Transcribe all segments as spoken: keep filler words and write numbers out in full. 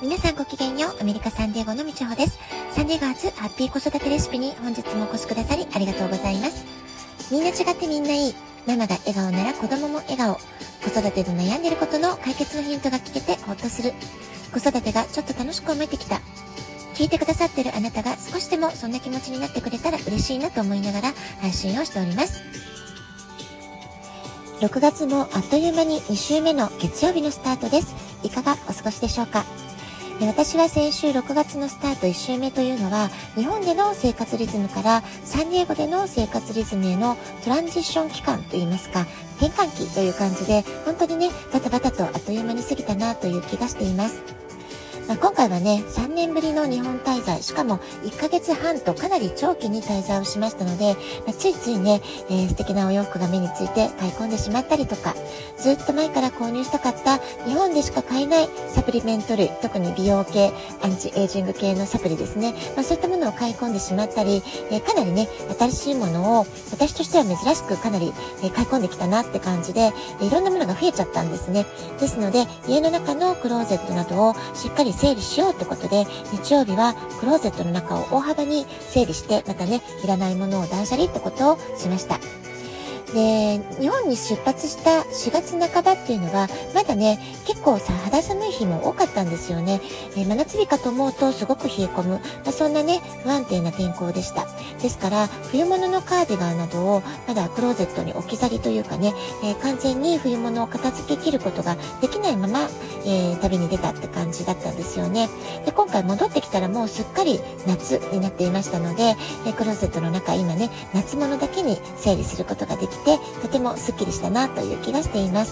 皆さんごきげんよう。アメリカサンディエゴのみちほです。サンディエゴ発ハッピー子育てレシピに本日もお越しくださりありがとうございます。みんな違ってみんないい。ママが笑顔なら子供も笑顔。子育てで悩んでいることの解決のヒントが聞けてほっとする。子育てがちょっと楽しく思えてきた。聞いてくださっているあなたが少しでもそんな気持ちになってくれたら嬉しいなと思いながら配信をしております。ろくがつもあっという間にに週目の月曜日のスタートです。いかがお過ごしでしょうか。私は先週ろくがつのスタートいち週目というのは、日本での生活リズムからサンディエゴでの生活リズムへのトランジッション期間といいますか、転換期という感じで、本当にね、バタバタとあっという間に過ぎたなという気がしています。まあ、今回はね、さんねんぶりの日本滞在、しかもいっかげつはんとかなり長期に滞在をしましたので、まあ、ついついね、えー、素敵なお洋服が目について買い込んでしまったりとか、ずっと前から購入したかった日本でしか買えないサプリメント類、特に美容系、アンチエイジング系のサプリですね、まあ、そういったものを買い込んでしまったり、えー、かなりね、新しいものを私としては珍しくかなり、えー、買い込んできたなって感じで、えー、いろんなものが増えちゃったんですね。ですので、家の中のクローゼットなどをしっかり整理しようってことで、日曜日はクローゼットの中を大幅に整理して、またね、いらないものを断捨離ってことをしました。で、日本に出発したしがつなかばっていうのは、まだね、結構さ、肌寒い日も多かったんですよね。えー、真夏日かと思うとすごく冷え込む、まあ、そんなね、不安定な天候でした。ですから、冬物のカーディガンなどをまだクローゼットに置き去りというかね、えー、完全に冬物を片付け切ることができないまま、えー、旅に出たって感じだったんですよね。で、今回戻ってきたらもうすっかり夏になっていましたので、えー、クローゼットの中、今ね、夏物だけに整理することができて、とてもスッキリしたなという気がしています。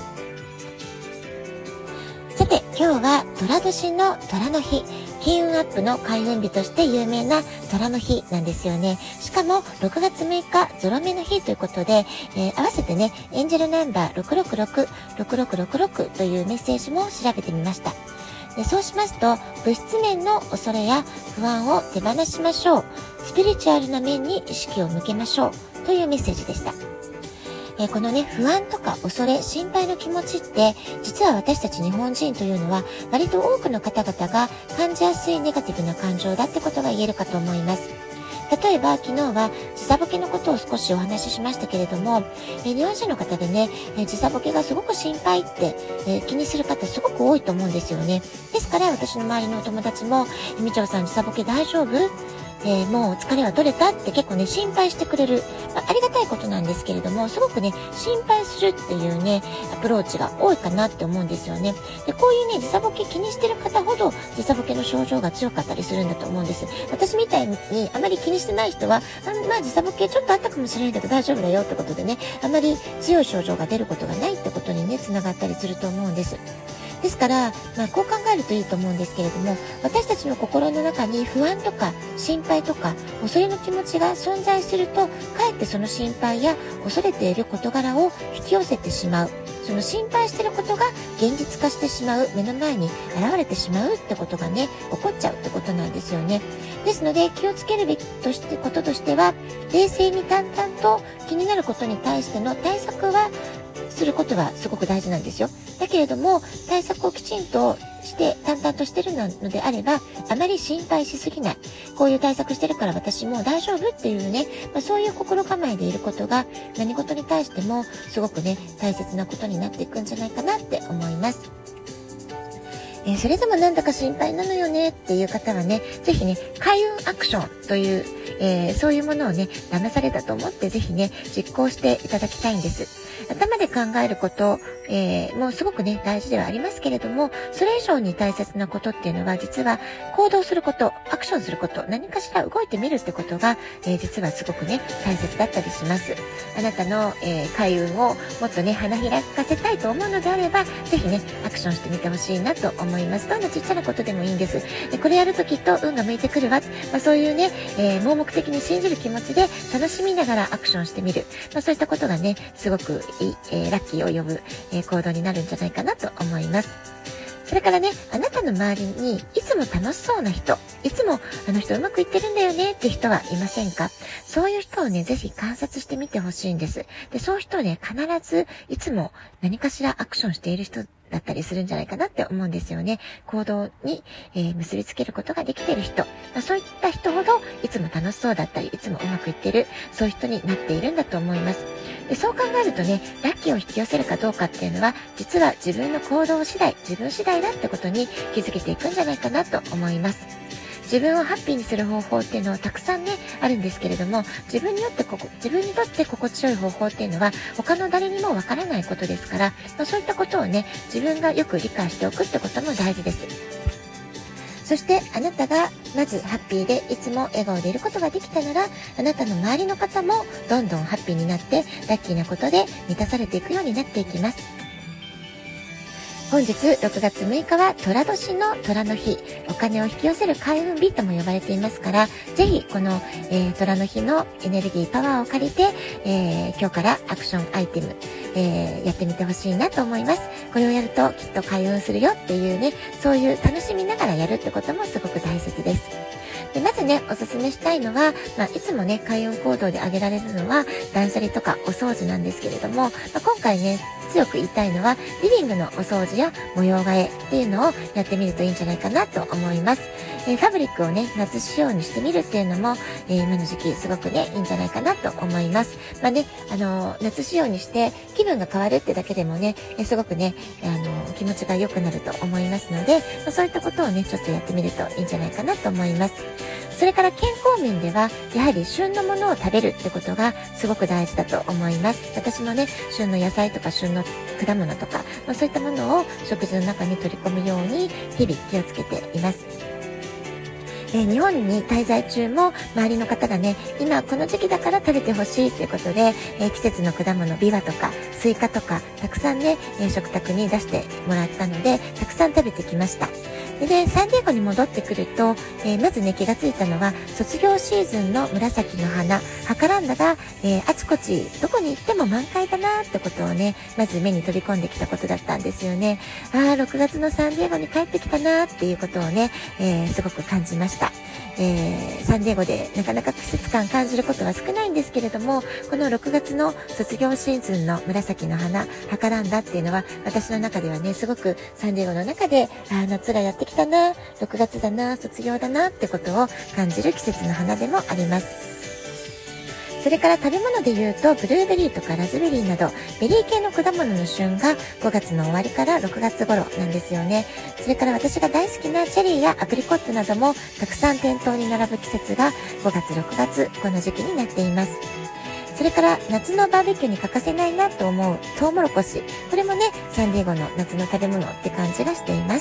さて、今日は寅年の寅の日、金運アップの開運日として有名な寅の日なんですよね。しかもろくがつむいかゾロ目の日ということで、えー、合わせてね、エンジェルナンバーろくろくろく、ろくろくろくろくというメッセージも調べてみました。で、そうしますと、物質面の恐れや不安を手放しましょう。スピリチュアルな面に意識を向けましょうというメッセージでした。えー、このね、不安とか恐れ、心配の気持ちって、実は私たち日本人というのは、割と多くの方々が感じやすいネガティブな感情だってことが言えるかと思います。例えば、昨日は時差ボケのことを少しお話ししましたけれども、えー、日本人の方でね、えー、時差ボケがすごく心配って、えー、気にする方すごく多いと思うんですよね。ですから、私の周りのお友達も、みちょさん時差ボケ大丈夫？えー、もう疲れは取れたって結構ね、心配してくれる、まあ、ありがたいことなんですけれども、すごくね、心配するっていうね、アプローチが多いかなって思うんですよね。で、こういうね、時差ボケ気にしてる方ほど、時差ボケの症状が強かったりするんだと思うんです。私みたいにあまり気にしてない人は、あまあ時差ボケちょっとあったかもしれないけど大丈夫だよってことでね、あまり強い症状が出ることがないってことにね、つながったりすると思うんです。ですから、まあ、こう考えるといいと思うんですけれども、私たちの心の中に不安とか心配とか恐れの気持ちが存在すると、かえってその心配や恐れている事柄を引き寄せてしまう。その心配していることが現実化してしまう、目の前に現れてしまうってことがね、起こっちゃうってことなんですよね。ですので、気をつけるべきとしてこととしては、冷静に淡々と気になることに対しての対策はすることはすごく大事なんですよ。だけれども、対策をきちんとして淡々としてるのであれば、あまり心配しすぎない。こういう対策してるから私もう大丈夫っていうね、まあ、そういう心構えでいることが何事に対してもすごくね、大切なことになっていくんじゃないかなって思います。えー、それでもなんだか心配なのよねっていう方はね、ぜひね、開運アクションという、えー、そういうものをね、騙されたと思ってぜひね、実行していただきたいんです。頭で考えること、えー、もうすごくね、大事ではありますけれども、それ以上に大切なことっていうのは、実は行動すること、アクションすること、何かしら動いてみるってことが、えー、実はすごくね、大切だったりします。あなたの、えー、開運をもっとね、花開かせたいと思うのであれば、ぜひね、アクションしてみてほしいなと思います。どんなちっちゃなことでもいいんです。で、これやるときっと運が向いてくるわ。まあ、そういうね、えー、盲目的に信じる気持ちで楽しみながらアクションしてみる。まあ、そういったことがね、すごくいい、えー、ラッキーを呼ぶ、えー、行動になるんじゃないかなと思います。それからね、あなたの周りにいつも楽しそうな人、いつもあの人うまくいってるんだよねって人はいませんか？そういう人をね、ぜひ観察してみてほしいんです。で、そういう人をね、必ずいつも何かしらアクションしている人だったりするんじゃないかなって思うんですよね。行動に、えー、結びつけることができている人、まあ、そういった人ほどいつも楽しそうだったり、いつもうまくいってる、そういう人になっているんだと思います。で、そう考えるとね、ラッキーを引き寄せるかどうかっていうのは、実は自分の行動次第、自分次第だってことに気づけていくんじゃないかなと思います。自分をハッピーにする方法っていうのはたくさんね、あるんですけれども、自分によってここ、自分にとって心地よい方法っていうのは、他の誰にもわからないことですから、まあ、そういったことをね、自分がよく理解しておくってことも大事です。そしてあなたがまずハッピーでいつも笑顔でいることができたなら、あなたの周りの方もどんどんハッピーになってラッキーなことで満たされていくようになっていきます。本日ろくがつむいかは寅年の寅の日、お金を引き寄せる開運日とも呼ばれていますから、ぜひこの、えー、寅の日のエネルギーパワーを借りて、えー、今日からアクションアイテム、えー、やってみてほしいなと思います。これをやるときっと開運するよっていうね、そういう楽しみながらやるってこともすごく大切です。でまずね、おすすめしたいのは、まあ、いつもね、開運行動で挙げられるのは断捨離とかお掃除なんですけれども、まあ、今回ね、強く言いたいのはリビングのお掃除や模様替えっていうのをやってみるといいんじゃないかなと思います。えー、ファブリックをね、夏仕様にしてみるっていうのも、えー、今の時期すごくね、いいんじゃないかなと思います。まあね、あのー、夏仕様にして気分が変わるってだけでもね、えー、すごくね、あのー、気持ちが良くなると思いますので、まあ、そういったことをね、ちょっとやってみるといいんじゃないかなと思います。それから健康面では、やはり旬のものを食べるってことがすごく大事だと思います。私もね、旬の野菜とか旬の果物とか、まあ、そういったものを食事の中に取り込むように日々気をつけています。えー、日本に滞在中も周りの方がね、今この時期だから食べてほしいということで、えー、季節の果物、ビワとかスイカとかたくさんね、えー、食卓に出してもらったので、たくさん食べてきました。で、ね、サンディエゴに戻ってくると、えー、まずね、気がついたのは、卒業シーズンの紫の花、ハカランダが、えー、あちこち、どこに行っても満開だなってことをね、まず目に飛び込んできたことだったんですよね。ああ、ろくがつのサンディエゴに帰ってきたなっていうことをね、えー、すごく感じました。えー、サンディエゴでなかなか季節感感じることは少ないんですけれども、このろくがつの卒業シーズンの紫の花、ハカランダっていうのは、私の中ではね、すごくサンディエゴの中で、あ夏がやってきたな、ろくがつだな、卒業だなってことを感じる季節の花でもあります。それから食べ物で言うと、ブルーベリーとかラズベリーなどベリー系の果物の旬がごがつの終わりからろくがつ頃なんですよね。それから私が大好きなチェリーやアプリコットなどもたくさん店頭に並ぶ季節がごがつろくがつ、この時期になっています。それから夏のバーベキューに欠かせないなと思うトウモロコシ、これもね、サンディエゴの夏の食べ物って感じがしています。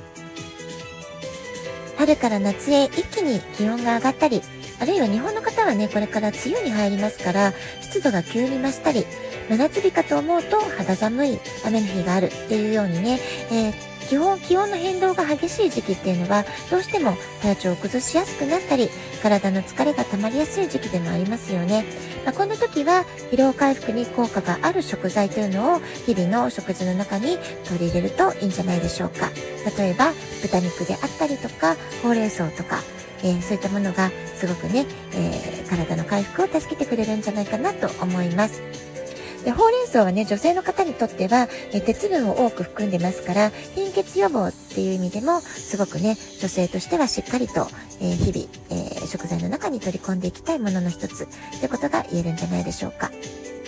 春から夏へ一気に気温が上がったり、あるいは日本の方はね、これから梅雨に入りますから、湿度が急に増したり、真夏日かと思うと肌寒い雨の日があるっていうようにね、えー、基本気温の変動が激しい時期っていうのは、どうしても体調を崩しやすくなったり、体の疲れが溜まりやすい時期でもありますよね。まあ、こんな時は疲労回復に効果がある食材というのを日々の食事の中に取り入れるといいんじゃないでしょうか。例えば豚肉であったりとか、ほうれん草とか、えー、そういったものがすごくね、えー、体の回復を助けてくれるんじゃないかなと思います。で、ほうれん草はね、女性の方にとっては、えー、鉄分を多く含んでますから、貧血予防っていう意味でもすごくね、女性としてはしっかりと、えー、日々、えー、食材の中に取り込んでいきたいものの一つってことが言えるんじゃないでしょうか。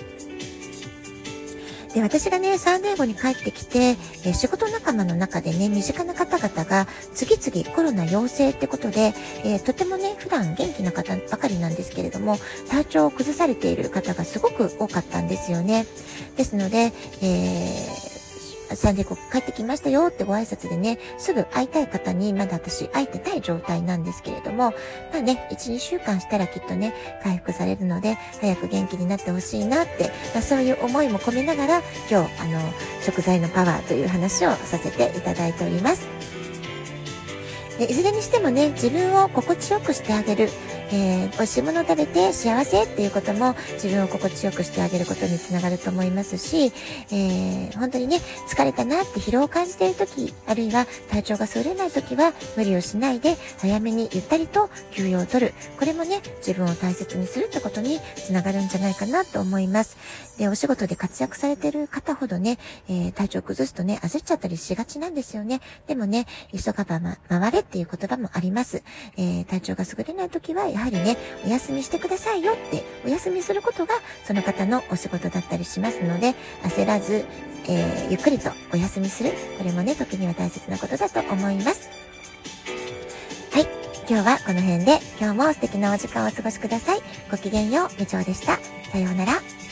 で、私がね、サンディエゴに帰ってきて、えー、仕事仲間の中でね、身近な方々が次々コロナ陽性ってことで、えー、とてもね、普段元気な方ばかりなんですけれども、体調を崩されている方がすごく多かったんですよね。ですので、えーサンディエゴ帰ってきましたよってご挨拶でね、すぐ会いたい方にまだ私会えてない状態なんですけれども、まあね、いち、にしゅうかんしたらきっとね、回復されるので、早く元気になってほしいなって、まあ、そういう思いも込めながら、今日、あの、食材のパワーという話をさせていただいております。でいずれにしてもね、自分を心地よくしてあげる、 えー、美味しいものを食べて幸せっていうことも自分を心地よくしてあげることにつながると思いますし、えー、本当にね、疲れたなって疲労を感じている時、あるいは体調が優れない時は無理をしないで早めにゆったりと休養を取る。これもね、自分を大切にするってことにつながるんじゃないかなと思います。で、お仕事で活躍されている方ほどね、えー、体調を崩すとね、焦っちゃったりしがちなんですよね。でもね、急がば、ま、回れっていう言葉もあります。えー、体調が優れない時はやはりね、お休みしてくださいよって、お休みすることがその方のお仕事だったりしますので、焦らず、えー、ゆっくりとお休みする。これもね、時には大切なことだと思います。はい。今日はこの辺で、今日も素敵なお時間をお過ごしください。ごきげんよう、みちょうでした。さようなら。